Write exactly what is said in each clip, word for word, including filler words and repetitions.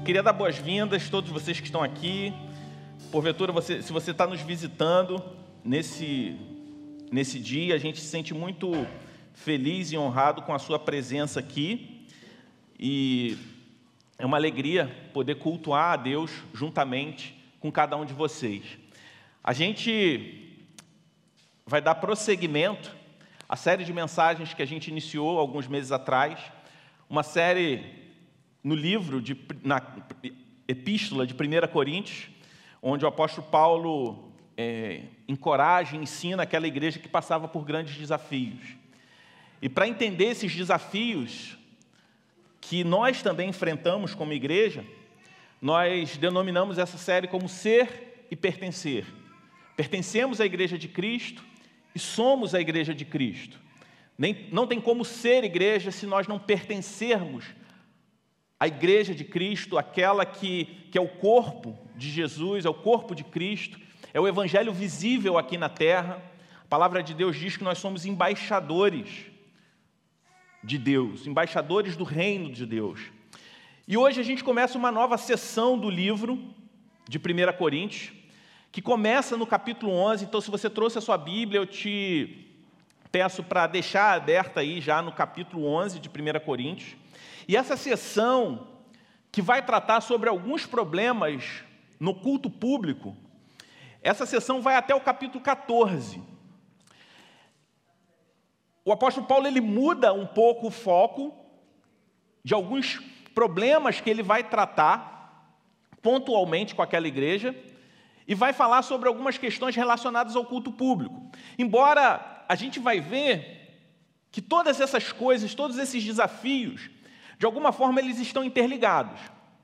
Queria dar boas-vindas a todos vocês que estão aqui. Porventura, você, se você está nos visitando nesse, nesse dia, a gente se sente muito feliz e honrado com a sua presença aqui. E é uma alegria poder cultuar a Deus juntamente com cada um de vocês. A gente vai dar prosseguimento à série de mensagens que a gente iniciou alguns meses atrás, uma série no livro, de, na epístola de primeira Coríntios, onde o apóstolo Paulo é, encoraja e ensina aquela igreja que passava por grandes desafios. E para entender esses desafios que nós também enfrentamos como igreja, nós denominamos essa série como Ser e Pertencer. Pertencemos à igreja de Cristo e somos a igreja de Cristo. Nem, não tem como ser igreja se nós não pertencermos à igreja de Cristo, aquela que, que é o corpo de Jesus, é o corpo de Cristo, é o evangelho visível aqui na terra. A palavra de Deus diz que nós somos embaixadores de Deus, embaixadores do reino de Deus. E hoje a gente começa uma nova sessão do livro de primeira Coríntios, que começa no capítulo onze. Então, se você trouxe a sua Bíblia, eu te peço para deixar aberta aí já no capítulo onze de primeira Coríntios. E essa sessão, que vai tratar sobre alguns problemas no culto público, essa sessão vai até o capítulo catorze. O apóstolo Paulo ele muda um pouco o foco de alguns problemas que ele vai tratar pontualmente com aquela igreja e vai falar sobre algumas questões relacionadas ao culto público. Embora a gente vai ver que todas essas coisas, todos esses desafios, de alguma forma eles estão interligados.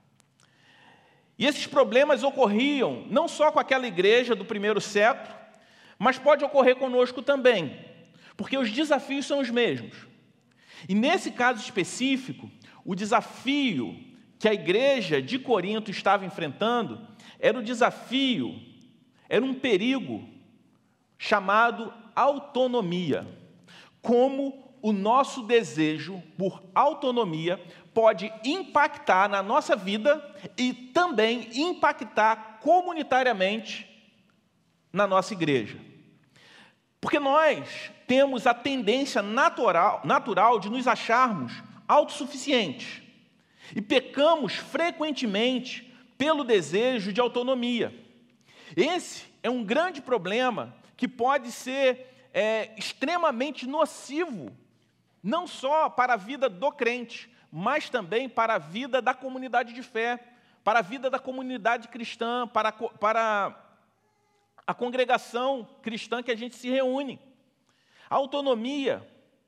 E esses problemas ocorriam não só com aquela igreja do primeiro século, mas pode ocorrer conosco também, porque os desafios são os mesmos. E nesse caso específico, o desafio que a igreja de Corinto estava enfrentando era o desafio, era um perigo chamado autonomia. Como o nosso desejo por autonomia pode impactar na nossa vida e também impactar comunitariamente na nossa igreja. Porque nós temos a tendência natural, natural de nos acharmos autossuficientes e pecamos frequentemente pelo desejo de autonomia. Esse é um grande problema que pode ser é, extremamente nocivo, não só para a vida do crente, mas também para a vida da comunidade de fé, para a vida da comunidade cristã, para a, para a congregação cristã que a gente se reúne. A autonomia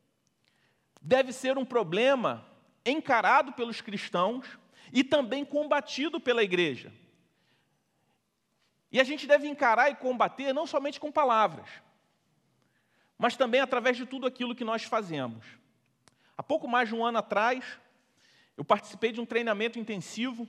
deve ser um problema encarado pelos cristãos e também combatido pela igreja. E a gente deve encarar e combater não somente com palavras, mas também através de tudo aquilo que nós fazemos. Há pouco mais de um ano atrás, eu participei de um treinamento intensivo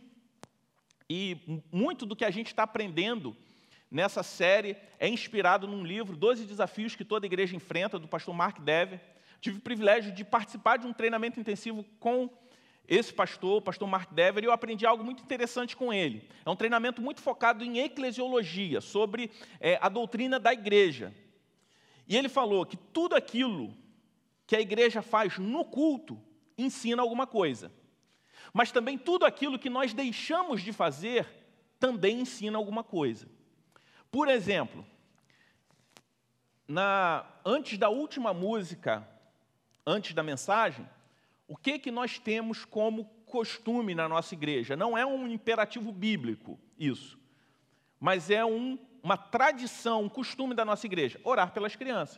e muito do que a gente está aprendendo nessa série é inspirado num livro, doze Desafios que Toda Igreja Enfrenta, do pastor Mark Dever. Tive o privilégio de participar de um treinamento intensivo com esse pastor, o pastor Mark Dever, e eu aprendi algo muito interessante com ele. É um treinamento muito focado em eclesiologia, sobre é, a doutrina da igreja. E ele falou que tudo aquilo que a igreja faz no culto ensina alguma coisa. Mas também tudo aquilo que nós deixamos de fazer também ensina alguma coisa. Por exemplo, na, antes da última música, antes da mensagem, o que, que nós temos como costume na nossa igreja? Não é um imperativo bíblico isso, mas é um, uma tradição, um costume da nossa igreja, orar pelas crianças.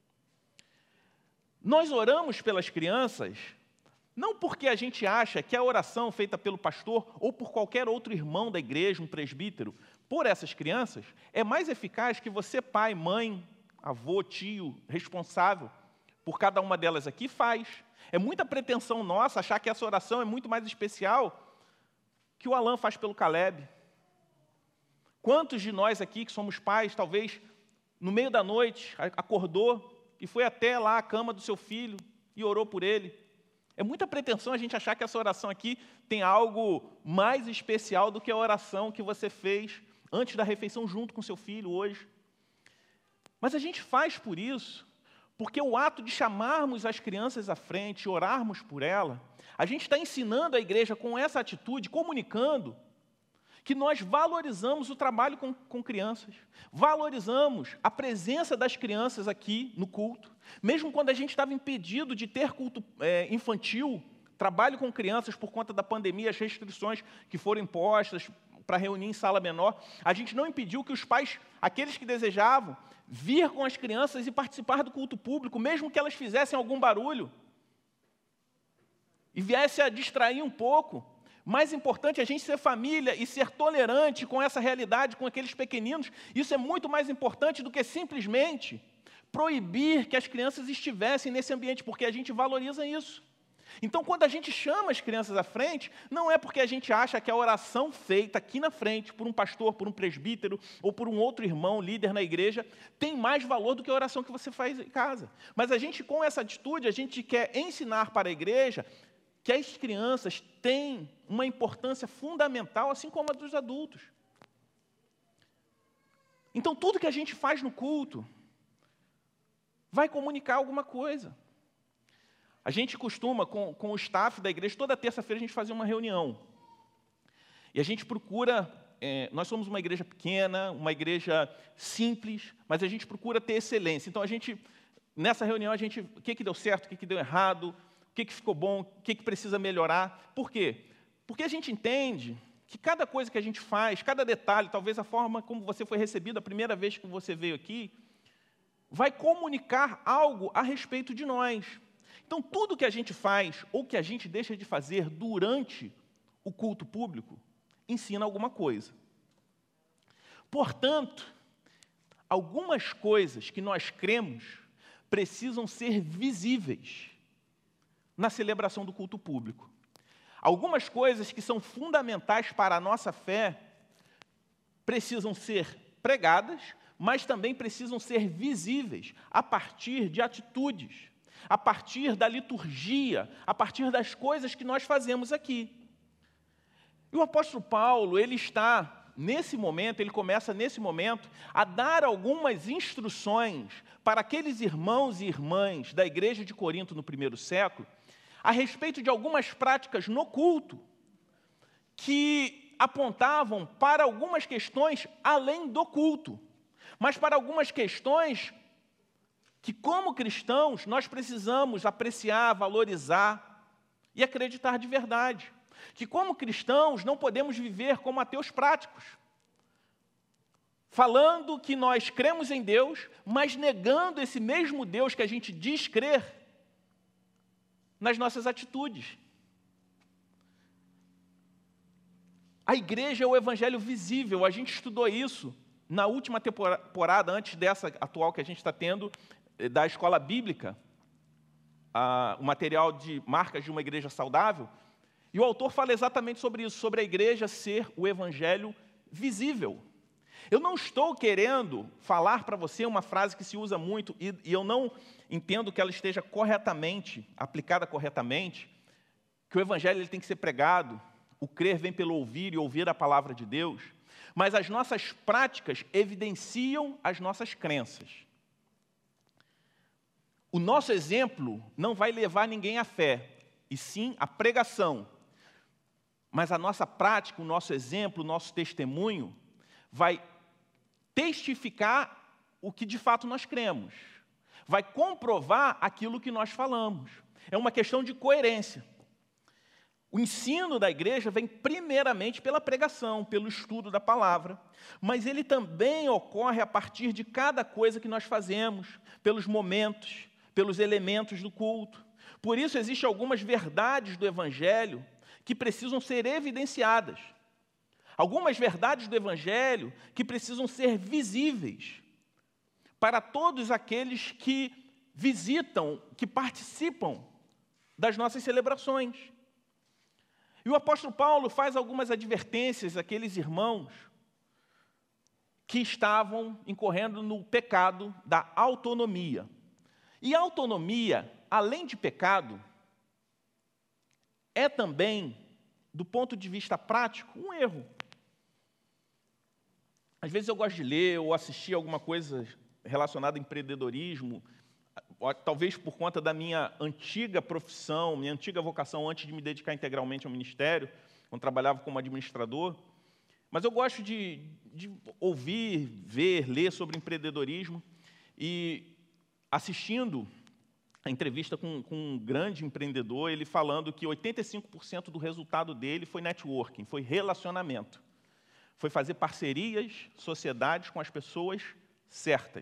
Nós oramos pelas crianças não porque a gente acha que a oração feita pelo pastor ou por qualquer outro irmão da igreja, um presbítero, por essas crianças, é mais eficaz que você, pai, mãe, avô, tio, responsável por cada uma delas aqui, faz. É muita pretensão nossa achar que essa oração é muito mais especial que o Alan faz pelo Caleb. Quantos de nós aqui que somos pais, talvez no meio da noite, acordou e foi até lá a cama do seu filho e orou por ele? É muita pretensão a gente achar que essa oração aqui tem algo mais especial do que a oração que você fez antes da refeição junto com seu filho hoje. Mas a gente faz por isso, porque o ato de chamarmos as crianças à frente e orarmos por ela, a gente está ensinando a igreja com essa atitude, comunicando, que nós valorizamos o trabalho com, com crianças, valorizamos a presença das crianças aqui no culto, mesmo quando a gente estava impedido de ter culto é, infantil, trabalho com crianças por conta da pandemia, as restrições que foram impostas para reunir em sala menor, a gente não impediu que os pais, aqueles que desejavam, vir com as crianças e participar do culto público, mesmo que elas fizessem algum barulho, e viesse a distrair um pouco. Mais importante é a gente ser família e ser tolerante com essa realidade, com aqueles pequeninos. Isso é muito mais importante do que simplesmente proibir que as crianças estivessem nesse ambiente, porque a gente valoriza isso. Então, quando a gente chama as crianças à frente, não é porque a gente acha que a oração feita aqui na frente, por um pastor, por um presbítero, ou por um outro irmão, líder na igreja, tem mais valor do que a oração que você faz em casa. Mas a gente, com essa atitude, a gente quer ensinar para a igreja que as crianças têm uma importância fundamental, assim como a dos adultos. Então, tudo que a gente faz no culto vai comunicar alguma coisa. A gente costuma, com, com o staff da igreja, toda terça-feira a gente fazia uma reunião. E a gente procura, é, nós somos uma igreja pequena, uma igreja simples, mas a gente procura ter excelência. Então, a gente, nessa reunião, a gente, o que, que deu certo, o que, que deu errado, o que, que ficou bom, o que, que precisa melhorar. Por quê? Porque a gente entende que cada coisa que a gente faz, cada detalhe, talvez a forma como você foi recebido a primeira vez que você veio aqui, vai comunicar algo a respeito de nós. Então, tudo que a gente faz ou que a gente deixa de fazer durante o culto público, ensina alguma coisa. Portanto, algumas coisas que nós cremos precisam ser visíveis na celebração do culto público. Algumas coisas que são fundamentais para a nossa fé precisam ser pregadas, mas também precisam ser visíveis a partir de atitudes, a partir da liturgia, a partir das coisas que nós fazemos aqui. E o apóstolo Paulo, ele está, nesse momento, ele começa nesse momento, a dar algumas instruções para aqueles irmãos e irmãs da igreja de Corinto no primeiro século, a respeito de algumas práticas no culto, que apontavam para algumas questões além do culto, mas para algumas questões que, como cristãos, nós precisamos apreciar, valorizar e acreditar de verdade. Que, como cristãos, não podemos viver como ateus práticos, falando que nós cremos em Deus, mas negando esse mesmo Deus que a gente diz crer nas nossas atitudes. A igreja é o evangelho visível, a gente estudou isso na última temporada, antes dessa atual que a gente está tendo, da escola bíblica, a, o material de marcas de uma igreja saudável, e o autor fala exatamente sobre isso, sobre a igreja ser o evangelho visível. Eu não estou querendo falar para você uma frase que se usa muito, e, e eu não entendo que ela esteja corretamente, aplicada corretamente, que o evangelho ele tem que ser pregado, o crer vem pelo ouvir e ouvir a palavra de Deus, mas as nossas práticas evidenciam as nossas crenças. O nosso exemplo não vai levar ninguém à fé, e sim à pregação. Mas a nossa prática, o nosso exemplo, o nosso testemunho, vai testificar o que de fato nós cremos. Vai comprovar aquilo que nós falamos. É uma questão de coerência. O ensino da igreja vem primeiramente pela pregação, pelo estudo da palavra, mas ele também ocorre a partir de cada coisa que nós fazemos, pelos momentos, pelos elementos do culto. Por isso, existem algumas verdades do evangelho que precisam ser evidenciadas. Algumas verdades do evangelho que precisam ser visíveis para todos aqueles que visitam, que participam das nossas celebrações. E o apóstolo Paulo faz algumas advertências àqueles irmãos que estavam incorrendo no pecado da autonomia. E a autonomia, além de pecado, é também, do ponto de vista prático, um erro. Às vezes eu gosto de ler ou assistir alguma coisa relacionada a empreendedorismo, talvez por conta da minha antiga profissão, minha antiga vocação, antes de me dedicar integralmente ao ministério, quando trabalhava como administrador. Mas eu gosto de, de ouvir, ver, ler sobre empreendedorismo, e assistindo a entrevista com, com um grande empreendedor, ele falando que oitenta e cinco por cento do resultado dele foi networking, foi relacionamento. Foi fazer parcerias, sociedades com as pessoas certas.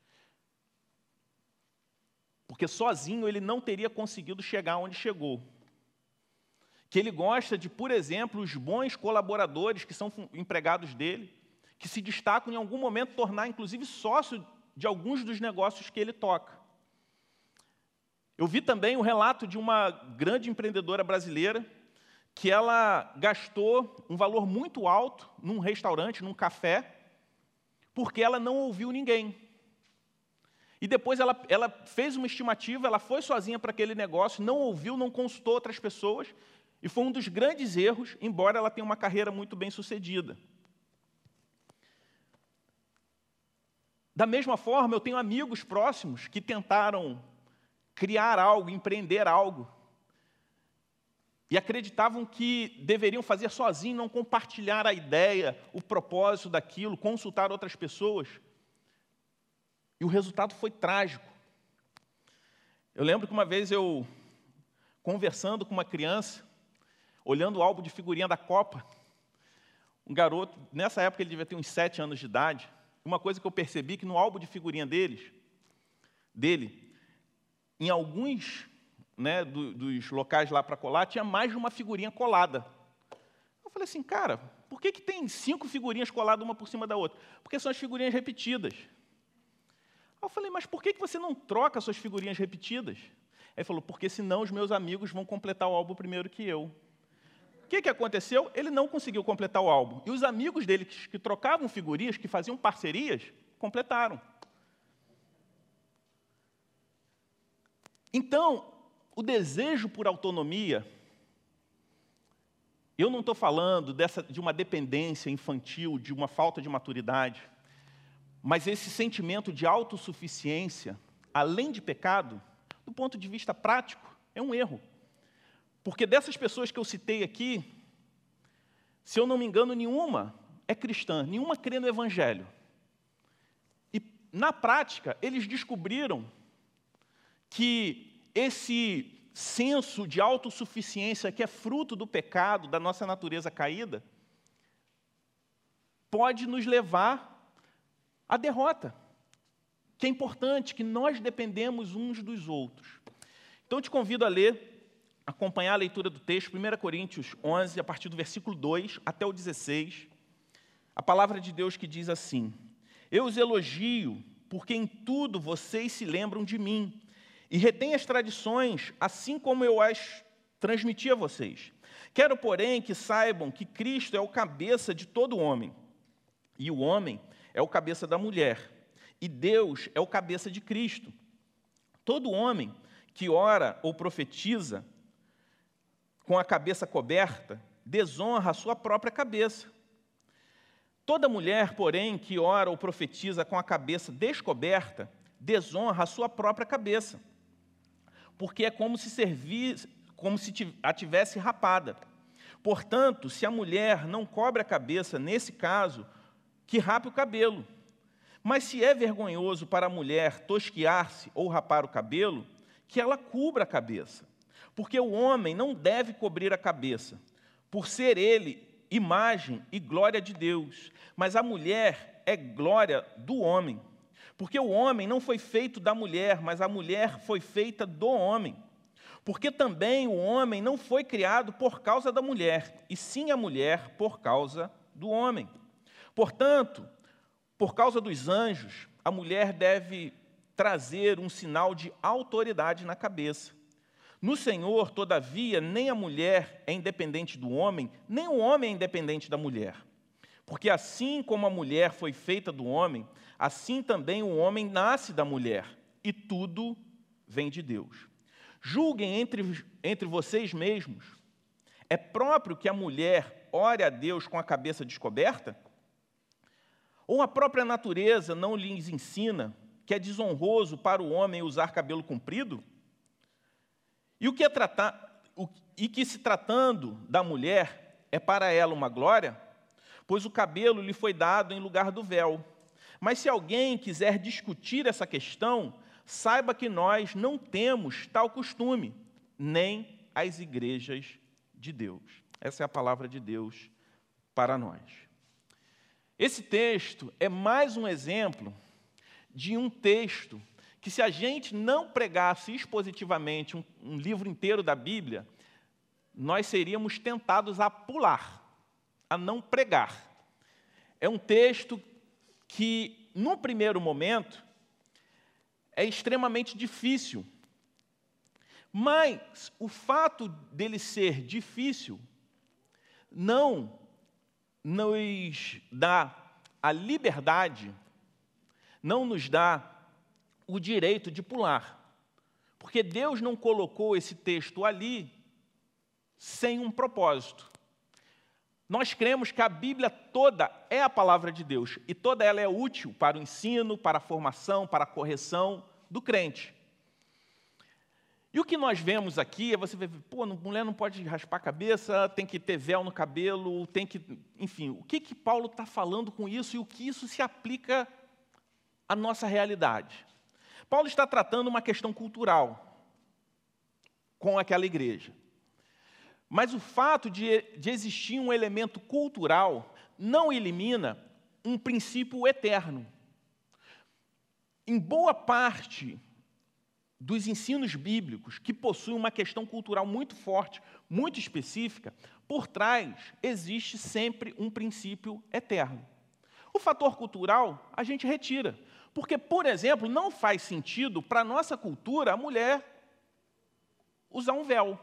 Porque sozinho ele não teria conseguido chegar onde chegou. Que ele gosta de, por exemplo, os bons colaboradores que são empregados dele, que se destacam em algum momento tornar, inclusive, sócio de alguns dos negócios que ele toca. Eu vi também o relato de uma grande empreendedora brasileira que ela gastou um valor muito alto num restaurante, num café, porque ela não ouviu ninguém. E depois ela, ela fez uma estimativa, ela foi sozinha para aquele negócio, não ouviu, não consultou outras pessoas, e foi um dos grandes erros, embora ela tenha uma carreira muito bem sucedida. Da mesma forma, eu tenho amigos próximos que tentaram criar algo, empreender algo, e acreditavam que deveriam fazer sozinhos, não compartilhar a ideia, o propósito daquilo, consultar outras pessoas. E o resultado foi trágico. Eu lembro que uma vez eu, conversando com uma criança, olhando o álbum de figurinha da Copa, um garoto, nessa época ele devia ter uns sete anos de idade, uma coisa que eu percebi, que no álbum de figurinha deles, dele, em alguns, né, do, dos locais lá para colar, tinha mais de uma figurinha colada. Eu falei assim, cara, por que, que tem cinco figurinhas coladas uma por cima da outra? Porque são as figurinhas repetidas. Eu falei, mas por que, que você não troca suas figurinhas repetidas? Ele falou, porque senão os meus amigos vão completar o álbum primeiro que eu. O que, que aconteceu? Ele não conseguiu completar o álbum. E os amigos dele que, que trocavam figurinhas, que faziam parcerias, completaram. Então, o desejo por autonomia, eu não estou falando dessa, de uma dependência infantil, de uma falta de maturidade, mas esse sentimento de autossuficiência, além de pecado, do ponto de vista prático, é um erro. Porque dessas pessoas que eu citei aqui, se eu não me engano, nenhuma é cristã, nenhuma crê no Evangelho. E, na prática, eles descobriram que esse senso de autossuficiência, que é fruto do pecado, da nossa natureza caída, pode nos levar à derrota. Que é importante que nós dependemos uns dos outros. Então, eu te convido a ler, acompanhar a leitura do texto, primeira Coríntios onze, a partir do versículo dois até o dezesseis. A palavra de Deus que diz assim: Eu os elogio, porque em tudo vocês se lembram de mim, e retém as tradições, assim como eu as transmiti a vocês. Quero, porém, que saibam que Cristo é o cabeça de todo homem, e o homem é o cabeça da mulher, e Deus é o cabeça de Cristo. Todo homem que ora ou profetiza com a cabeça coberta, desonra a sua própria cabeça. Toda mulher, porém, que ora ou profetiza com a cabeça descoberta, desonra a sua própria cabeça, porque é como se servisse, como se a tivesse rapada. Portanto, se a mulher não cobre a cabeça, nesse caso, que rape o cabelo. Mas se é vergonhoso para a mulher tosquiar-se ou rapar o cabelo, que ela cubra a cabeça. Porque o homem não deve cobrir a cabeça, por ser ele imagem e glória de Deus, mas a mulher é glória do homem. Porque o homem não foi feito da mulher, mas a mulher foi feita do homem. Porque também o homem não foi criado por causa da mulher, e sim a mulher por causa do homem. Portanto, por causa dos anjos, a mulher deve trazer um sinal de autoridade na cabeça. No Senhor, todavia, nem a mulher é independente do homem, nem o homem é independente da mulher. Porque assim como a mulher foi feita do homem, assim também o homem nasce da mulher, e tudo vem de Deus. Julguem entre, entre vocês mesmos, É próprio que a mulher ore a Deus com a cabeça descoberta? Ou a própria natureza não lhes ensina que é desonroso para o homem usar cabelo comprido? E, o que é tratar, o, e que, se tratando da mulher, é para ela uma glória, pois o cabelo lhe foi dado em lugar do véu. Mas se alguém quiser discutir essa questão, saiba que nós não temos tal costume, nem as igrejas de Deus. Essa é a palavra de Deus para nós. Esse texto é mais um exemplo de um texto que, se a gente não pregasse expositivamente um, um livro inteiro da Bíblia, nós seríamos tentados a pular, a não pregar. É um texto que, no primeiro momento, é extremamente difícil. Mas o fato dele ser difícil não nos dá a liberdade, não nos dá o direito de pular. Porque Deus não colocou esse texto ali sem um propósito. Nós cremos que a Bíblia toda é a palavra de Deus, e toda ela é útil para o ensino, para a formação, para a correção do crente. E o que nós vemos aqui é você ver, pô, mulher não pode raspar a cabeça, tem que ter véu no cabelo, tem que... Enfim, o que, que Paulo está falando com isso e o que isso se aplica à nossa realidade? Paulo está tratando uma questão cultural com aquela igreja. Mas o fato de, de existir um elemento cultural não elimina um princípio eterno. Em boa parte dos ensinos bíblicos, que possuem uma questão cultural muito forte, muito específica, por trás existe sempre um princípio eterno. O fator cultural a gente retira, porque, por exemplo, não faz sentido para a nossa cultura a mulher usar um véu.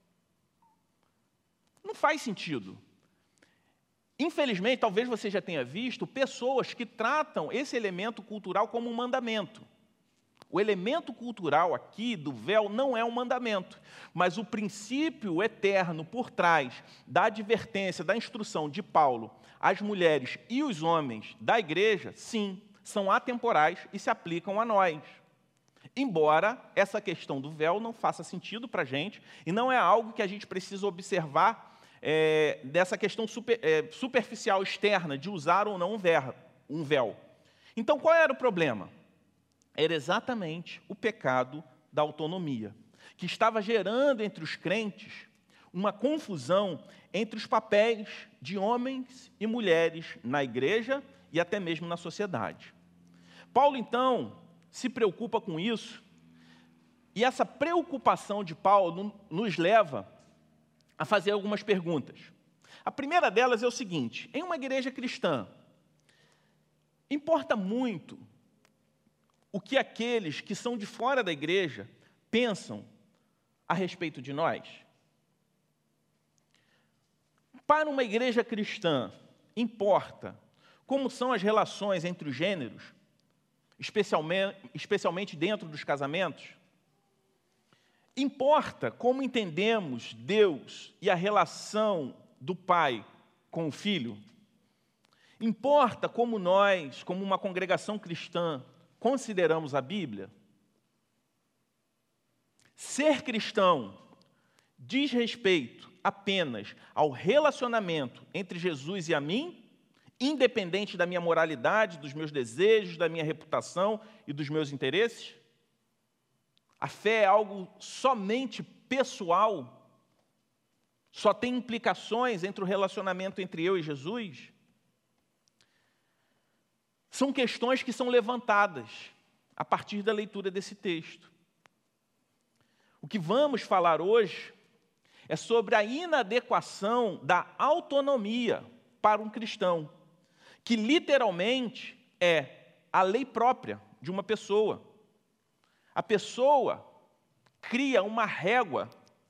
Não faz sentido. Infelizmente, talvez você já tenha visto pessoas que tratam esse elemento cultural como um mandamento. O elemento cultural aqui do véu não é um mandamento, mas o princípio eterno por trás da advertência, da instrução de Paulo às mulheres e os homens da igreja, sim, são atemporais e se aplicam a nós. Embora essa questão do véu não faça sentido para a gente, e não é algo que a gente precisa observar é, dessa questão super, é, superficial externa de usar ou não um véu. Então, qual era o problema? Era exatamente o pecado da autonomia, que estava gerando entre os crentes uma confusão entre os papéis de homens e mulheres na igreja e até mesmo na sociedade. Paulo, então, se preocupa com isso, e essa preocupação de Paulo nos leva a fazer algumas perguntas. A primeira delas é o seguinte: em uma igreja cristã, importa muito o que aqueles que são de fora da igreja pensam a respeito de nós? Para uma igreja cristã, importa como são as relações entre os gêneros, especialmente, especialmente dentro dos casamentos? Importa como entendemos Deus e a relação do pai com o filho? Importa como nós, como uma congregação cristã, consideramos a Bíblia? Ser cristão diz respeito apenas ao relacionamento entre Jesus e a mim, independente da minha moralidade, dos meus desejos, da minha reputação e dos meus interesses? A fé é algo somente pessoal? Só tem implicações entre o relacionamento entre eu e Jesus? São questões que são levantadas a partir da leitura desse texto. O que vamos falar hoje é sobre a inadequação da autonomia para um cristão, que literalmente é a lei própria de uma pessoa. A pessoa cria uma régua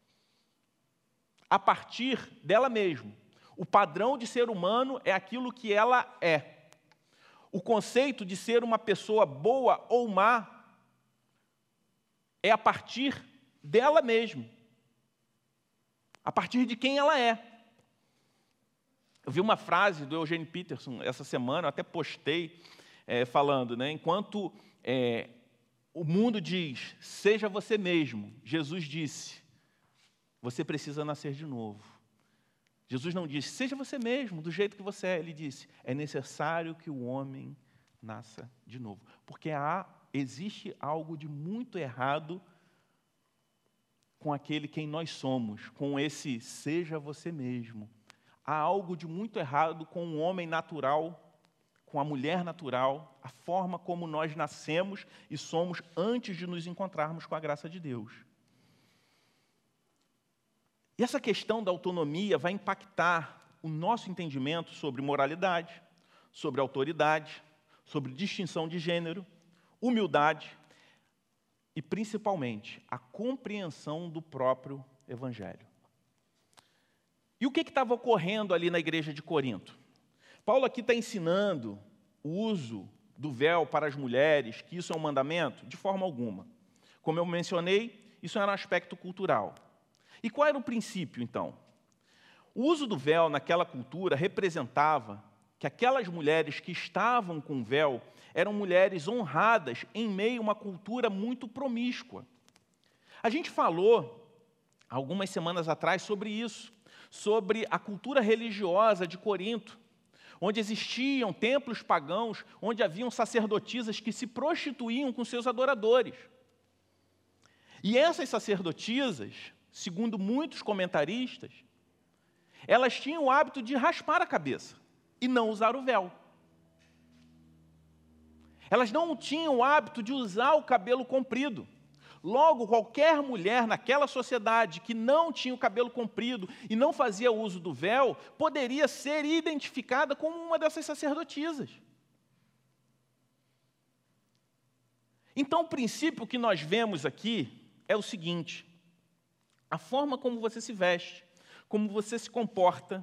a partir dela mesma. O padrão de ser humano é aquilo que ela é. O conceito de ser uma pessoa boa ou má é a partir dela mesma. a partir de quem ela é. Eu vi uma frase do Eugene Peterson essa semana, eu até postei, é, falando, né, enquanto é, o mundo diz, seja você mesmo, Jesus disse, você precisa nascer de novo. Jesus não disse, seja você mesmo, do jeito que você é. Ele disse, é necessário que o homem nasça de novo. Porque há, existe algo de muito errado com aquele quem nós somos, com esse seja você mesmo. Há algo de muito errado com o homem natural, com a mulher natural, a forma como nós nascemos e somos antes de nos encontrarmos com a graça de Deus. E essa questão da autonomia vai impactar o nosso entendimento sobre moralidade, sobre autoridade, sobre distinção de gênero, humildade e, principalmente, a compreensão do próprio Evangelho. E o que estava ocorrendo ali na igreja de Corinto? Paulo aqui está ensinando o uso do véu para as mulheres, que isso é um mandamento? De forma alguma. Como eu mencionei, isso era um aspecto cultural. E qual era o princípio, então? O uso do véu naquela cultura representava que aquelas mulheres que estavam com véu eram mulheres honradas em meio a uma cultura muito promíscua. A gente falou, algumas semanas atrás, sobre isso, sobre a cultura religiosa de Corinto, onde existiam templos pagãos, onde haviam sacerdotisas que se prostituíam com seus adoradores. E essas sacerdotisas, segundo muitos comentaristas, elas tinham o hábito de raspar a cabeça e não usar o véu. Elas não tinham o hábito de usar o cabelo comprido. Logo, qualquer mulher naquela sociedade que não tinha o cabelo comprido e não fazia uso do véu, poderia ser identificada como uma dessas sacerdotisas. Então, o princípio que nós vemos aqui é o seguinte: a forma como você se veste, como você se comporta,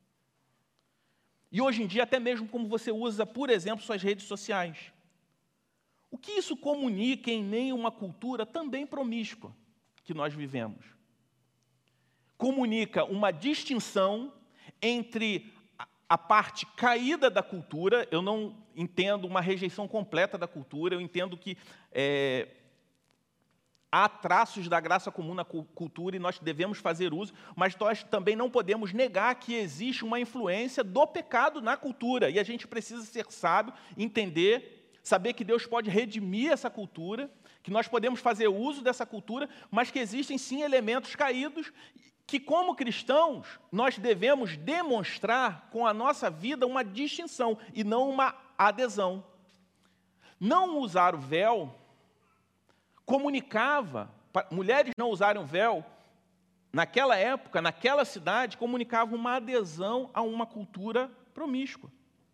e hoje em dia até mesmo como você usa, por exemplo, suas redes sociais. O que isso comunica em meio a uma cultura também promíscua que nós vivemos? Comunica uma distinção entre a parte caída da cultura. Eu não entendo uma rejeição completa da cultura, eu entendo que é, há traços da graça comum na cultura e nós devemos fazer uso, mas nós também não podemos negar que existe uma influência do pecado na cultura, e a gente precisa ser sábio, entender, saber que Deus pode redimir essa cultura, que nós podemos fazer uso dessa cultura, mas que existem sim elementos caídos que, como cristãos, nós devemos demonstrar com a nossa vida uma distinção e não uma adesão. Não usar o véu comunicava, mulheres não usarem o véu, naquela época, naquela cidade, comunicava uma adesão a uma cultura promíscua.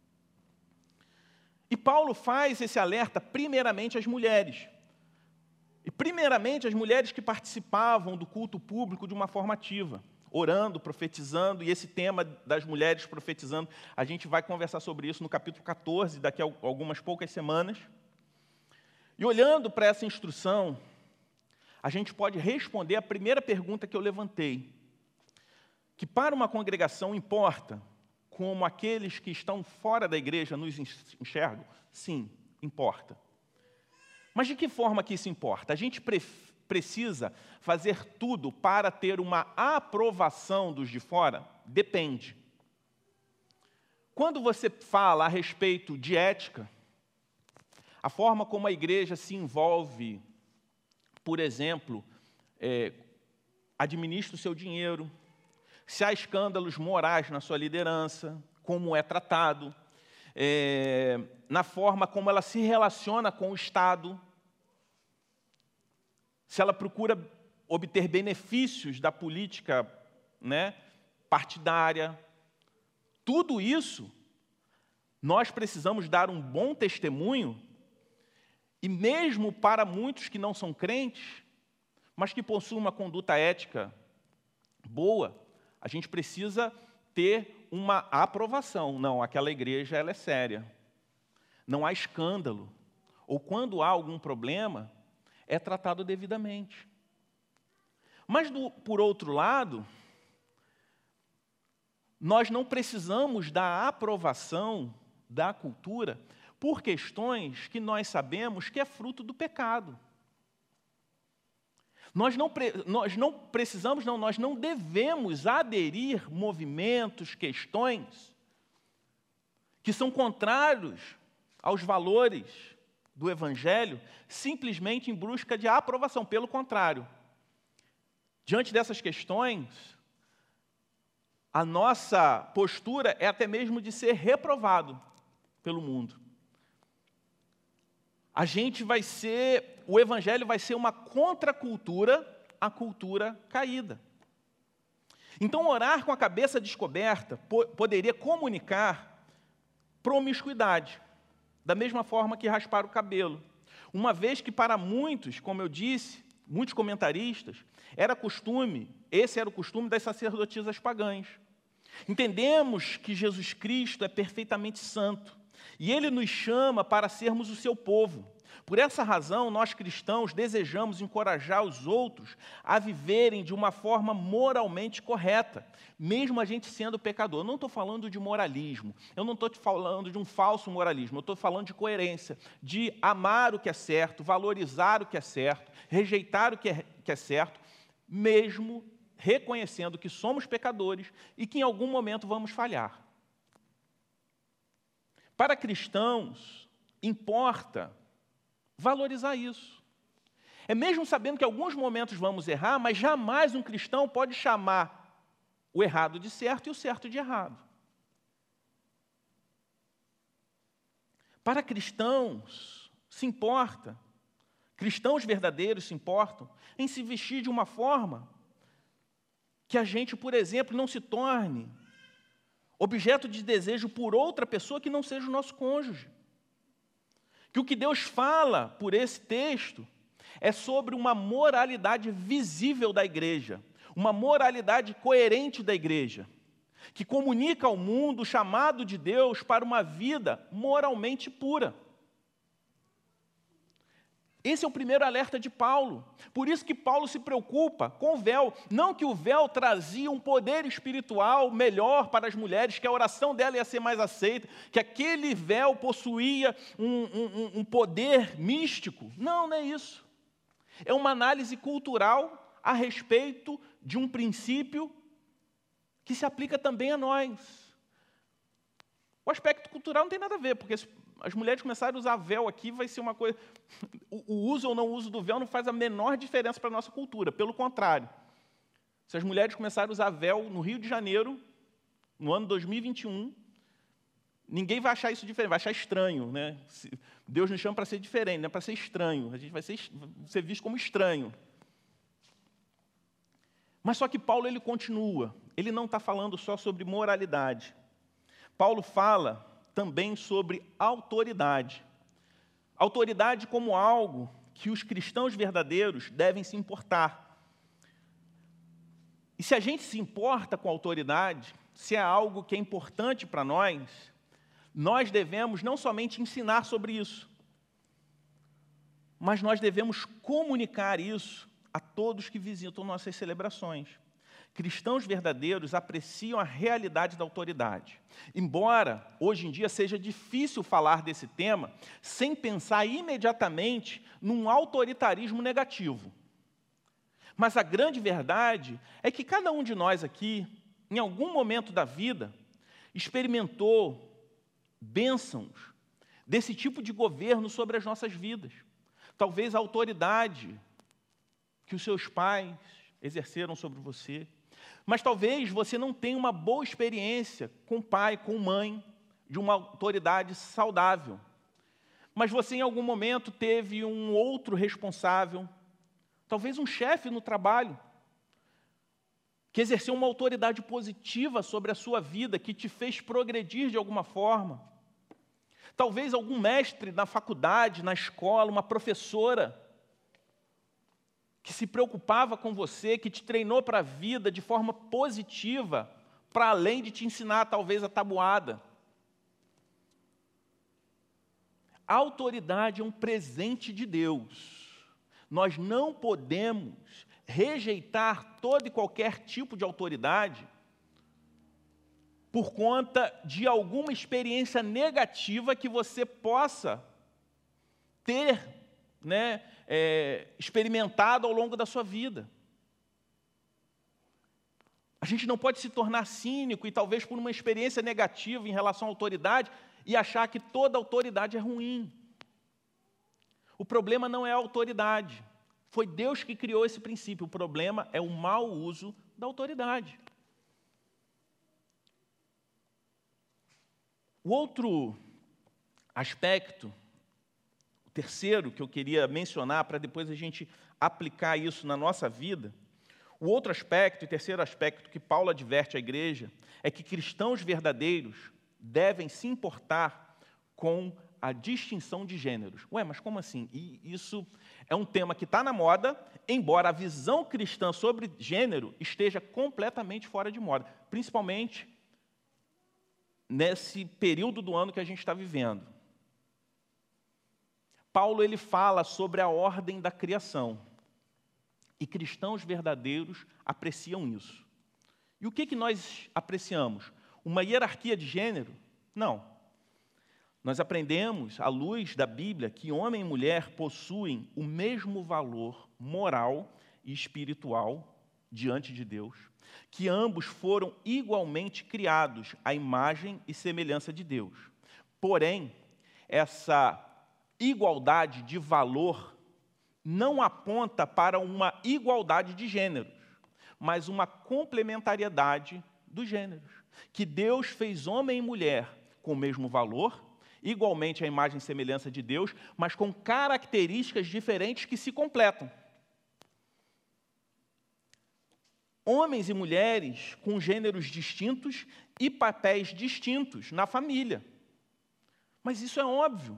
E Paulo faz esse alerta primeiramente às mulheres. E primeiramente às mulheres que participavam do culto público de uma forma ativa, orando, profetizando, e esse tema das mulheres profetizando, a gente vai conversar sobre isso no capítulo catorze, daqui a algumas poucas semanas. E olhando para essa instrução, a gente pode responder a primeira pergunta que eu levantei, que para uma congregação importa como aqueles que estão fora da igreja nos enxergam? Sim, importa. Mas de que forma que isso importa? A gente pre- precisa fazer tudo para ter uma aprovação dos de fora? Depende. Quando você fala a respeito de ética, a forma como a igreja se envolve, por exemplo, é, administra o seu dinheiro, se há escândalos morais na sua liderança, como é tratado, é, na forma como ela se relaciona com o Estado, se ela procura obter benefícios da política, né, partidária, tudo isso, nós precisamos dar um bom testemunho, e mesmo para muitos que não são crentes, mas que possuem uma conduta ética boa, a gente precisa ter uma aprovação. Não, aquela igreja ela é séria. Não há escândalo. Ou quando há algum problema, é tratado devidamente. Mas, do, por outro lado, nós não precisamos da aprovação da cultura por questões que nós sabemos que é fruto do pecado. Nós não, nós não precisamos, não, nós não devemos aderir movimentos, questões que são contrários aos valores do Evangelho, simplesmente em busca de aprovação. Pelo contrário, diante dessas questões, a nossa postura é até mesmo de ser reprovado pelo mundo. A gente vai ser, o Evangelho vai ser uma contracultura à cultura caída. Então, orar com a cabeça descoberta po- poderia comunicar promiscuidade, da mesma forma que raspar o cabelo. Uma vez que para muitos, como eu disse, muitos comentaristas, era costume, esse era o costume das sacerdotisas pagãs. Entendemos que Jesus Cristo é perfeitamente santo, e Ele nos chama para sermos o seu povo. Por essa razão, nós cristãos desejamos encorajar os outros a viverem de uma forma moralmente correta, mesmo a gente sendo pecador. Eu não estou falando de moralismo, eu não estou falando de um falso moralismo, eu estou falando de coerência, de amar o que é certo, valorizar o que é certo, rejeitar o que é, que é certo, mesmo reconhecendo que somos pecadores e que em algum momento vamos falhar. Para cristãos, importa valorizar isso. É mesmo sabendo que em alguns momentos vamos errar, mas jamais um cristão pode chamar o errado de certo e o certo de errado. Para cristãos, se importa, cristãos verdadeiros se importam em se vestir de uma forma que a gente, por exemplo, não se torne objeto de desejo por outra pessoa que não seja o nosso cônjuge. Que o que Deus fala por esse texto é sobre uma moralidade visível da igreja, uma moralidade coerente da igreja, que comunica ao mundo o chamado de Deus para uma vida moralmente pura. Esse é o primeiro alerta de Paulo. Por isso que Paulo se preocupa com o véu. Não que o véu trazia um poder espiritual melhor para as mulheres, que a oração dela ia ser mais aceita, que aquele véu possuía um, um, um poder místico. Não, não é isso. É uma análise cultural a respeito de um princípio que se aplica também a nós. O aspecto cultural não tem nada a ver, porque as mulheres começarem a usar véu aqui, vai ser uma coisa... O, o uso ou não uso do véu não faz a menor diferença para a nossa cultura. Pelo contrário, se as mulheres começarem a usar véu no Rio de Janeiro, no ano dois mil e vinte e um, ninguém vai achar isso diferente, vai achar estranho, né? Deus nos chama para ser diferente, não é para ser estranho. A gente vai ser, ser visto como estranho. Mas só que Paulo, ele continua. Ele não está falando só sobre moralidade. Paulo fala também sobre autoridade. Autoridade como algo que os cristãos verdadeiros devem se importar. E se a gente se importa com a autoridade, se é algo que é importante para nós, nós devemos não somente ensinar sobre isso, mas nós devemos comunicar isso a todos que visitam nossas celebrações. Cristãos verdadeiros apreciam a realidade da autoridade. Embora, hoje em dia, seja difícil falar desse tema sem pensar imediatamente num autoritarismo negativo. Mas a grande verdade é que cada um de nós aqui, em algum momento da vida, experimentou bênçãos desse tipo de governo sobre as nossas vidas. Talvez a autoridade que os seus pais exerceram sobre você. Mas talvez você não tenha uma boa experiência com pai, com mãe, de uma autoridade saudável. Mas você, em algum momento, teve um outro responsável, talvez um chefe no trabalho, que exerceu uma autoridade positiva sobre a sua vida, que te fez progredir de alguma forma. Talvez algum mestre na faculdade, na escola, uma professora, que se preocupava com você, que te treinou para a vida de forma positiva, para além de te ensinar talvez a tabuada. A autoridade é um presente de Deus. Nós não podemos rejeitar todo e qualquer tipo de autoridade por conta de alguma experiência negativa que você possa ter, né, é, experimentado ao longo da sua vida. A gente não pode se tornar cínico e talvez por uma experiência negativa em relação à autoridade e achar que toda autoridade é ruim. O problema não é a autoridade. Foi Deus que criou esse princípio. O problema é o mau uso da autoridade. O outro aspecto, o terceiro que eu queria mencionar, para depois a gente aplicar isso na nossa vida, o outro aspecto, e terceiro aspecto que Paulo adverte à igreja, é que cristãos verdadeiros devem se importar com a distinção de gêneros. Ué, mas como assim? E isso é um tema que está na moda, embora a visão cristã sobre gênero esteja completamente fora de moda, principalmente nesse período do ano que a gente está vivendo. Paulo ele fala sobre a ordem da criação. E cristãos verdadeiros apreciam isso. E o que, que nós apreciamos? Uma hierarquia de gênero? Não. Nós aprendemos, à luz da Bíblia, que homem e mulher possuem o mesmo valor moral e espiritual diante de Deus, que ambos foram igualmente criados à imagem e semelhança de Deus. Porém, essa igualdade de valor não aponta para uma igualdade de gêneros, mas uma complementariedade dos gêneros. Que Deus fez homem e mulher com o mesmo valor, igualmente a imagem e semelhança de Deus, mas com características diferentes que se completam. Homens e mulheres com gêneros distintos e papéis distintos na família. Mas isso é óbvio.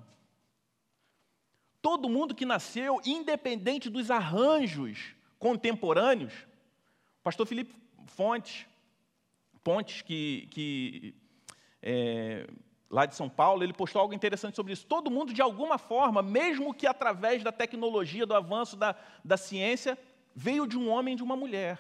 Todo mundo que nasceu, independente dos arranjos contemporâneos, o pastor Felipe Fontes, Pontes, que, que é, lá de São Paulo, ele postou algo interessante sobre isso. Todo mundo, de alguma forma, mesmo que através da tecnologia, do avanço da, da ciência, veio de um homem e de uma mulher.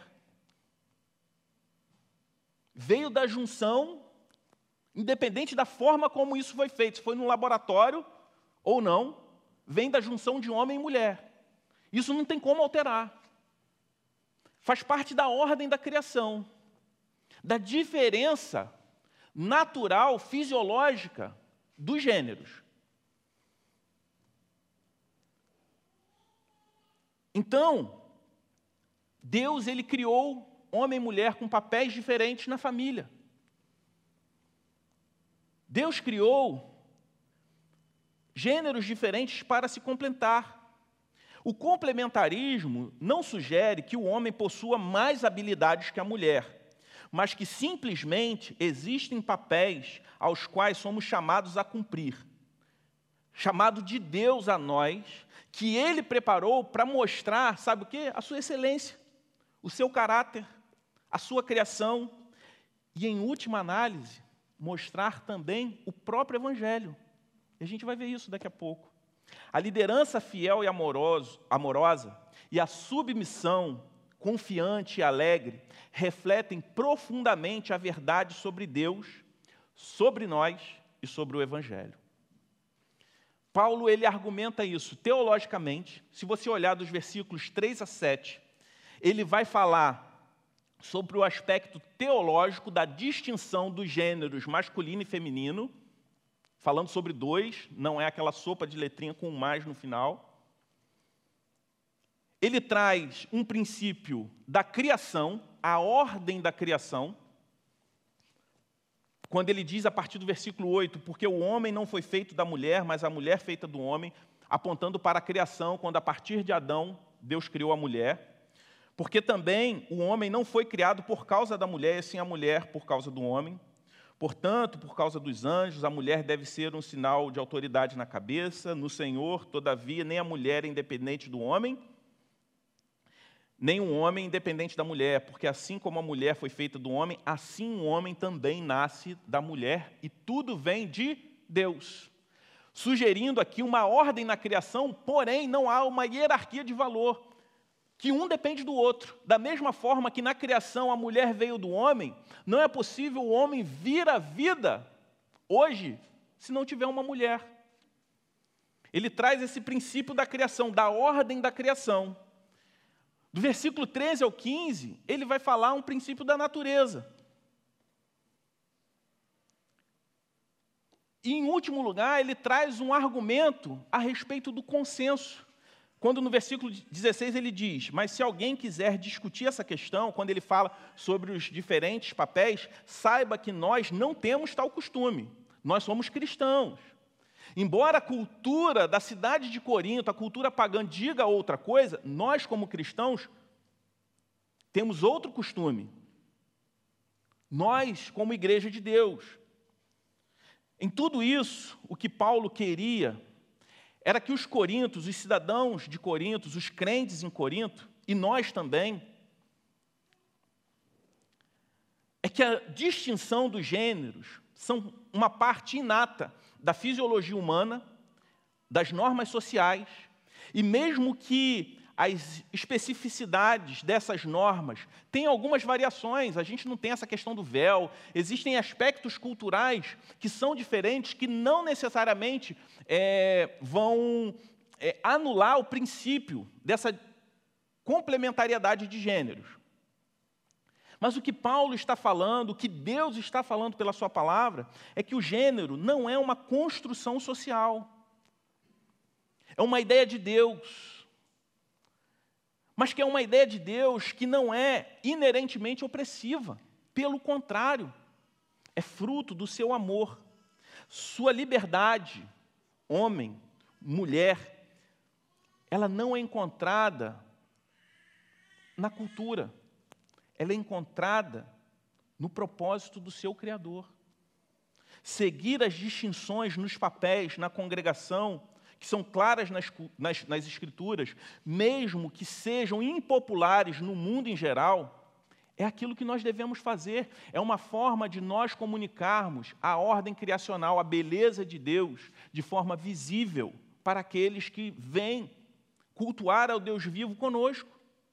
Veio da junção, independente da forma como isso foi feito, se foi no laboratório ou não, vem da junção de homem e mulher. Isso não tem como alterar. Faz parte da ordem da criação, da diferença natural, fisiológica dos gêneros. Então, Deus ele criou homem e mulher com papéis diferentes na família. Deus criou gêneros diferentes para se completar. O complementarismo não sugere que o homem possua mais habilidades que a mulher, mas que simplesmente existem papéis aos quais somos chamados a cumprir. Chamado de Deus a nós, que Ele preparou para mostrar, sabe o quê? A sua excelência, o seu caráter, a sua criação e, em última análise, mostrar também o próprio Evangelho. E a gente vai ver isso daqui a pouco. A liderança fiel e amoroso, amorosa e a submissão confiante e alegre refletem profundamente a verdade sobre Deus, sobre nós e sobre o Evangelho. Paulo ele argumenta isso teologicamente. Se você olhar dos versículos três a sete, ele vai falar sobre o aspecto teológico da distinção dos gêneros masculino e feminino, falando sobre dois, não é aquela sopa de letrinha com um mais no final. Ele traz um princípio da criação, a ordem da criação, quando ele diz a partir do versículo oito, porque o homem não foi feito da mulher, mas a mulher feita do homem, apontando para a criação, quando a partir de Adão, Deus criou a mulher. Porque também o homem não foi criado por causa da mulher, e sim a mulher por causa do homem. Portanto, por causa dos anjos, a mulher deve ser um sinal de autoridade na cabeça. No Senhor, todavia, nem a mulher é independente do homem, nem o homem é independente da mulher, porque assim como a mulher foi feita do homem, assim o homem também nasce da mulher, e tudo vem de Deus. Sugerindo aqui uma ordem na criação, porém não há uma hierarquia de valor. que um depende do outro. Da mesma forma que na criação a mulher veio do homem, não é possível o homem vir à vida hoje se não tiver uma mulher. Ele traz esse princípio da criação, da ordem da criação. Do versículo treze ao quinze, ele vai falar um princípio da natureza. E, em último lugar, ele traz um argumento a respeito do consenso. Quando no versículo dezesseis ele diz, mas se alguém quiser discutir essa questão, quando ele fala sobre os diferentes papéis, saiba que nós não temos tal costume. Nós somos cristãos. Embora a cultura da cidade de Corinto, a cultura pagã, diga outra coisa, nós, como cristãos, temos outro costume. Nós, como igreja de Deus. Em tudo isso, o que Paulo queria era que os corintos, os cidadãos de Corinto, os crentes em Corinto, e nós também, é que a distinção dos gêneros são uma parte inata da fisiologia humana, das normas sociais, e mesmo que as especificidades dessas normas tenham algumas variações, a gente não tem essa questão do véu, existem aspectos culturais que são diferentes, que não necessariamente é, vão é, anular o princípio dessa complementariedade de gêneros. Mas o que Paulo está falando, o que Deus está falando pela sua palavra, é que o gênero não é uma construção social. É uma ideia de Deus. Mas que é uma ideia de Deus que não é inerentemente opressiva. Pelo contrário, é fruto do seu amor. Sua liberdade, homem, mulher, ela não é encontrada na cultura. Ela é encontrada no propósito do seu Criador. Seguir as distinções nos papéis, na congregação, que são claras nas, nas, nas Escrituras, mesmo que sejam impopulares no mundo em geral, é aquilo que nós devemos fazer. É uma forma de nós comunicarmos a ordem criacional, a beleza de Deus, de forma visível para aqueles que vêm cultuar ao Deus vivo conosco.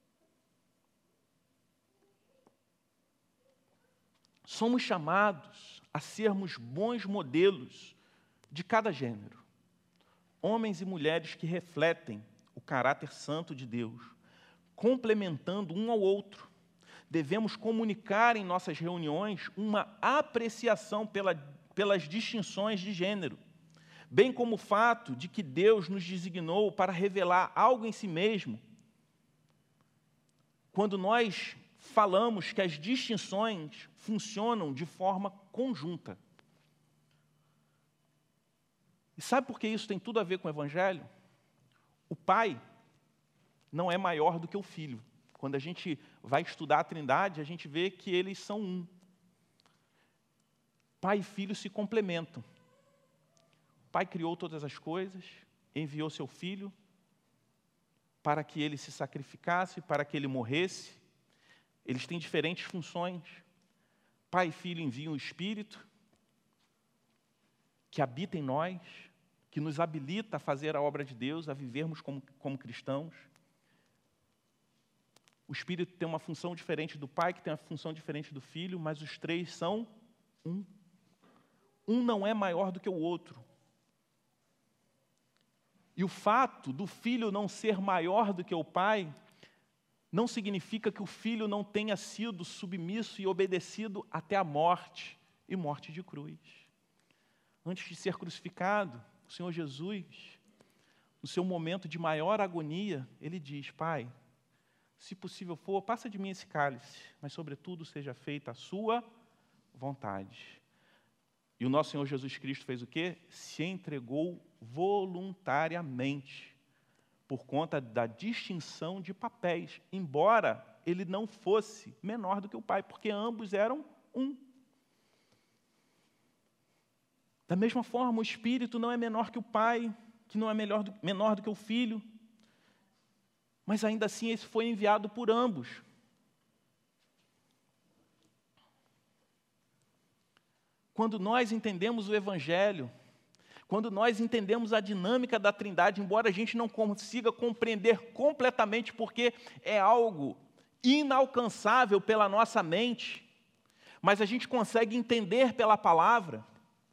Somos chamados a sermos bons modelos de cada gênero. Homens e mulheres que refletem o caráter santo de Deus, complementando um ao outro. Devemos comunicar em nossas reuniões uma apreciação pela, pelas distinções de gênero, bem como o fato de que Deus nos designou para revelar algo em si mesmo. Quando nós falamos que as distinções funcionam de forma conjunta. E sabe por que isso tem tudo a ver com o Evangelho? O pai não é maior do que o filho. Quando a gente vai estudar a Trindade, a gente vê que eles são um. Pai e filho se complementam. O pai criou todas as coisas, enviou seu filho para que ele se sacrificasse, para que ele morresse. Eles têm diferentes funções. Pai e filho enviam o Espírito, que habita em nós, que nos habilita a fazer a obra de Deus, a vivermos como, como cristãos. O Espírito tem uma função diferente do Pai, que tem uma função diferente do Filho, mas os três são um. Um não é maior do que o outro. E o fato do Filho não ser maior do que o Pai não significa que o Filho não tenha sido submisso e obedecido até a morte, e morte de cruz. Antes de ser crucificado, o Senhor Jesus, no seu momento de maior agonia, ele diz, Pai, se possível for, passa de mim esse cálice, mas sobretudo seja feita a sua vontade. E o nosso Senhor Jesus Cristo fez o quê? Se entregou voluntariamente, por conta da distinção de papéis, embora ele não fosse menor do que o Pai, porque ambos eram um. Da mesma forma, o Espírito não é menor que o Pai, que não é melhor do, menor do que o Filho, mas ainda assim esse foi enviado por ambos. Quando nós entendemos o Evangelho, Quando nós entendemos a dinâmica da Trindade, embora a gente não consiga compreender completamente, porque é algo inalcançável pela nossa mente, mas a gente consegue entender pela palavra,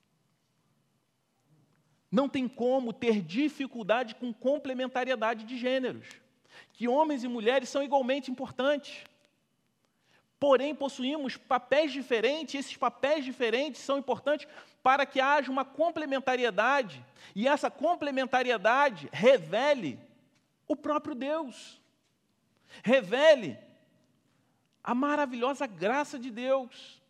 não tem como ter dificuldade com complementariedade de gêneros, que homens e mulheres são igualmente importantes. Porém, possuímos papéis diferentes, e esses papéis diferentes são importantes para que haja uma complementariedade, e essa complementariedade revele o próprio Deus, revele a maravilhosa graça de Deus.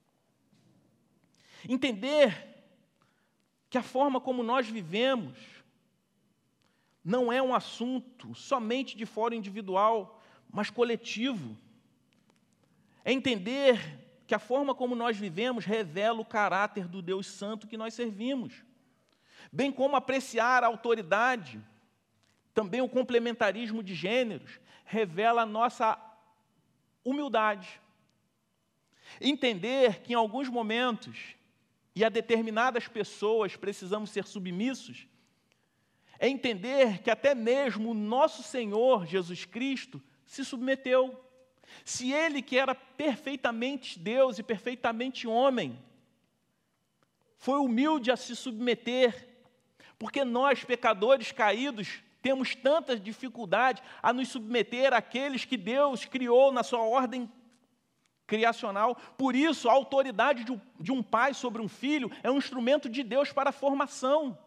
Entender que a forma como nós vivemos não é um assunto somente de foro individual, mas coletivo. É entender que a forma como nós vivemos revela o caráter do Deus Santo que nós servimos, bem como apreciar a autoridade, também o complementarismo de gêneros, revela a nossa humildade. Entender que em alguns momentos, e a determinadas pessoas precisamos ser submissos, é entender que até mesmo o nosso Senhor Jesus Cristo se submeteu. Se Ele, que era perfeitamente Deus e perfeitamente homem, foi humilde a se submeter, porque nós, pecadores caídos, temos tanta dificuldade a nos submeter àqueles que Deus criou na sua ordem criacional. Por isso, a autoridade de um, de um pai sobre um filho é um instrumento de Deus para a formação.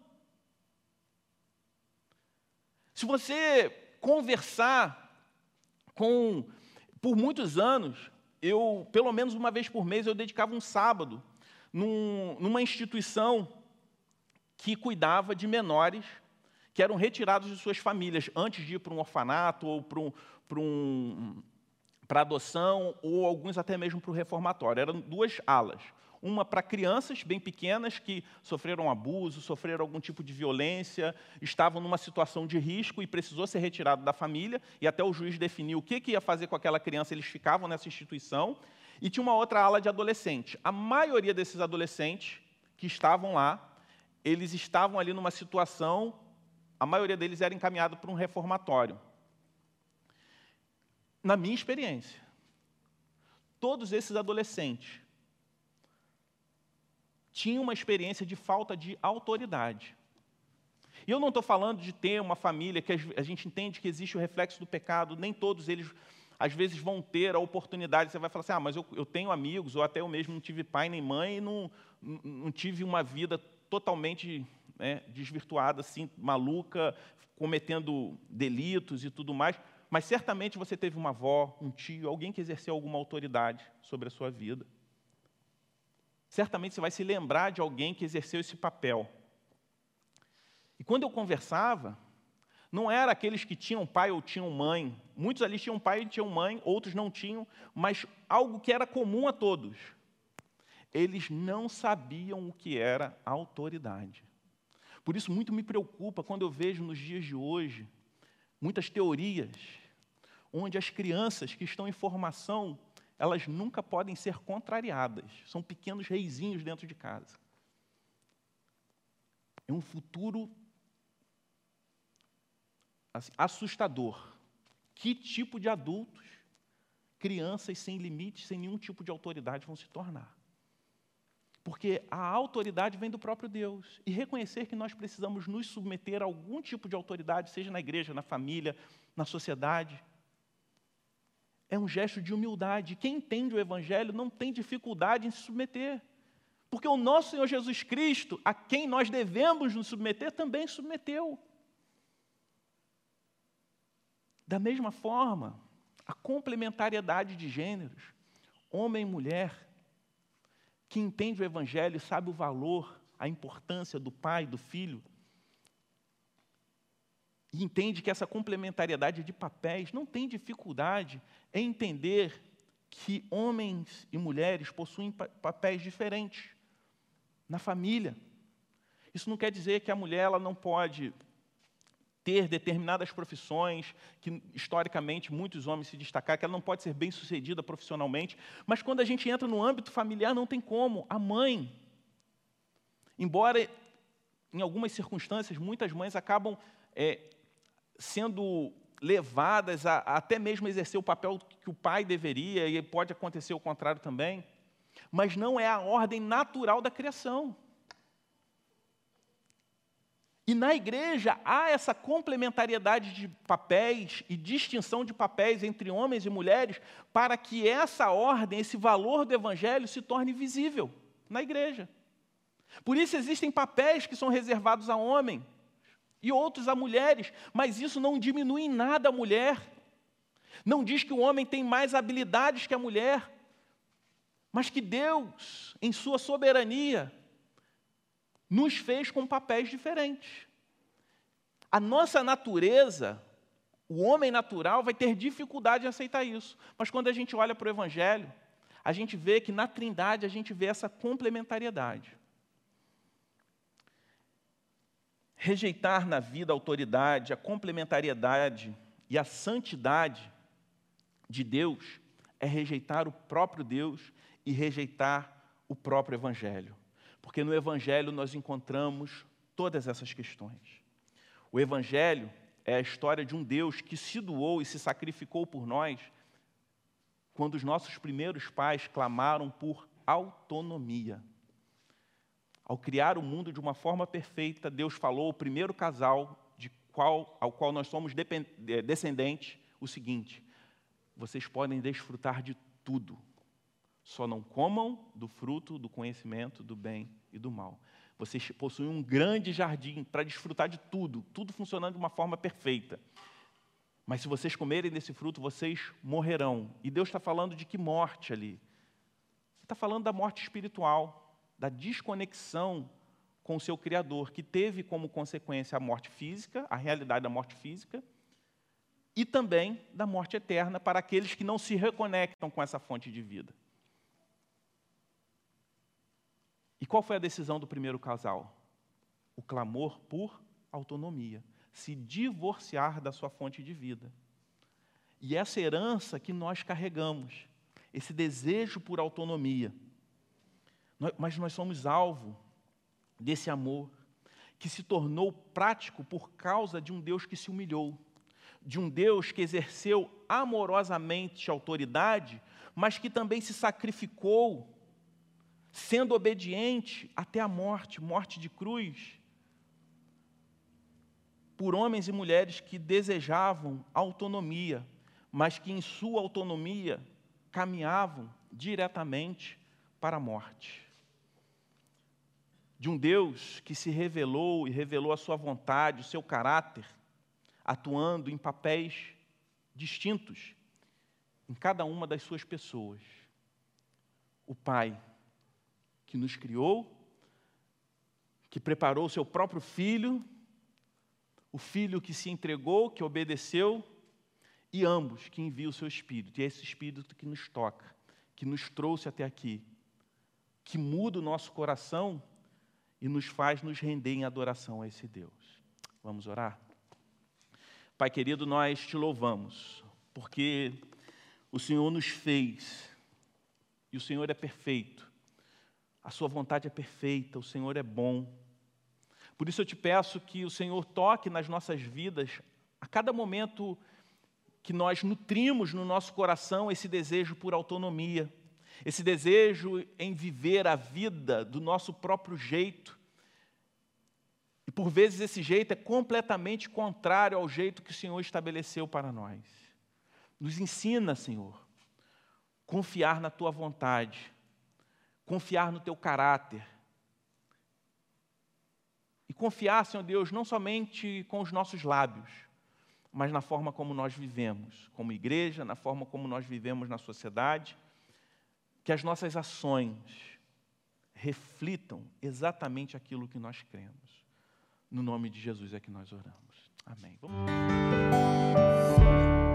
Se você conversar com... Por muitos anos, eu, pelo menos uma vez por mês, eu dedicava um sábado num, numa instituição que cuidava de menores que eram retirados de suas famílias antes de ir para um orfanato ou para um, para um, para adoção, ou alguns até mesmo para o reformatório. Eram duas alas. Uma para crianças bem pequenas que sofreram abuso, sofreram algum tipo de violência, estavam numa situação de risco e precisou ser retirado da família, e até o juiz definiu o que, que ia fazer com aquela criança, eles ficavam nessa instituição. E tinha uma outra ala de adolescentes. A maioria desses adolescentes que estavam lá, eles estavam ali numa situação, a maioria deles era encaminhado para um reformatório. Na minha experiência, todos esses adolescentes tinham uma experiência de falta de autoridade. E eu não estou falando de ter uma família que a gente entende que existe o reflexo do pecado, nem todos eles, às vezes, vão ter a oportunidade. Você vai falar assim, ah, mas eu, eu tenho amigos, ou até eu mesmo não tive pai nem mãe, e não, não tive uma vida totalmente, né, desvirtuada, assim, maluca, cometendo delitos e tudo mais. Mas certamente você teve uma avó, um tio, alguém que exerceu alguma autoridade sobre a sua vida. Certamente você vai se lembrar de alguém que exerceu esse papel. E quando eu conversava, não era aqueles que tinham pai ou tinham mãe. Muitos ali tinham pai e tinham mãe, outros não tinham, mas algo que era comum a todos. Eles não sabiam o que era autoridade. Por isso, muito me preocupa quando eu vejo nos dias de hoje muitas teorias onde as crianças que estão em formação, elas nunca podem ser contrariadas. São pequenos reizinhos dentro de casa. É um futuro assim, assustador. Que tipo de adultos, crianças sem limites, sem nenhum tipo de autoridade vão se tornar? Porque a autoridade vem do próprio Deus. E reconhecer que nós precisamos nos submeter a algum tipo de autoridade, seja na igreja, na família, na sociedade, é um gesto de humildade. Quem entende o Evangelho não tem dificuldade em se submeter. Porque o nosso Senhor Jesus Cristo, a quem nós devemos nos submeter, também submeteu. Da mesma forma, a complementariedade de gêneros, homem e mulher, que entende o Evangelho e sabe o valor, a importância do pai, do filho, e entende que essa complementariedade de papéis não tem dificuldade em entender que homens e mulheres possuem papéis diferentes na família. Isso não quer dizer que a mulher ela não pode ter determinadas profissões, que historicamente muitos homens se destacaram, que ela não pode ser bem-sucedida profissionalmente, mas quando a gente entra no âmbito familiar, não tem como. A mãe, embora em algumas circunstâncias, muitas mães acabam é, sendo levadas a, a até mesmo exercer o papel que o pai deveria, e pode acontecer o contrário também, mas não é a ordem natural da criação. E na igreja há essa complementariedade de papéis e distinção de papéis entre homens e mulheres para que essa ordem, esse valor do evangelho se torne visível na igreja. Por isso existem papéis que são reservados a homem e outros a mulheres, mas isso não diminui em nada a mulher. Não diz que o homem tem mais habilidades que a mulher, mas que Deus, em sua soberania, nos fez com papéis diferentes. A nossa natureza, o homem natural, vai ter dificuldade em aceitar isso. Mas quando a gente olha para o Evangelho, a gente vê que na Trindade a gente vê essa complementariedade. Rejeitar na vida a autoridade, a complementariedade e a santidade de Deus é rejeitar o próprio Deus e rejeitar o próprio Evangelho. Porque no Evangelho nós encontramos todas essas questões. O Evangelho é a história de um Deus que se doou e se sacrificou por nós quando os nossos primeiros pais clamaram por autonomia. Ao criar o mundo de uma forma perfeita, Deus falou ao primeiro casal de qual, ao qual nós somos descendentes o seguinte: vocês podem desfrutar de tudo, só não comam do fruto do conhecimento do bem e do mal. Vocês possuem um grande jardim para desfrutar de tudo, tudo funcionando de uma forma perfeita. Mas se vocês comerem desse fruto, vocês morrerão. E Deus está falando de que morte ali? Ele está falando da morte espiritual, da desconexão com o seu Criador, que teve como consequência a morte física, a realidade da morte física, e também da morte eterna para aqueles que não se reconectam com essa fonte de vida. E qual foi a decisão do primeiro casal? O clamor por autonomia, se divorciar da sua fonte de vida. E essa herança que nós carregamos, esse desejo por autonomia, mas nós somos alvo desse amor que se tornou prático por causa de um Deus que se humilhou, de um Deus que exerceu amorosamente a autoridade, mas que também se sacrificou, sendo obediente até a morte, morte de cruz, por homens e mulheres que desejavam autonomia, mas que em sua autonomia caminhavam diretamente para a morte. De um Deus que se revelou e revelou a sua vontade, o seu caráter, atuando em papéis distintos em cada uma das suas pessoas. O Pai, que nos criou, que preparou o seu próprio Filho, o Filho que se entregou, que obedeceu, e ambos que enviam o seu Espírito. E é esse Espírito que nos toca, que nos trouxe até aqui, que muda o nosso coração e nos faz nos render em adoração a esse Deus. Vamos orar? Pai querido, nós te louvamos, porque o Senhor nos fez, e o Senhor é perfeito. A sua vontade é perfeita, o Senhor é bom. Por isso eu te peço que o Senhor toque nas nossas vidas, a cada momento que nós nutrimos no nosso coração esse desejo por autonomia, esse desejo em viver a vida do nosso próprio jeito. E por vezes esse jeito é completamente contrário ao jeito que o Senhor estabeleceu para nós. Nos ensina, Senhor, confiar na tua vontade, confiar no teu caráter. E confiar, Senhor Deus, não somente com os nossos lábios, mas na forma como nós vivemos, como igreja, na forma como nós vivemos na sociedade, que as nossas ações reflitam exatamente aquilo que nós cremos. No nome de Jesus é que nós oramos. Amém. Vamos...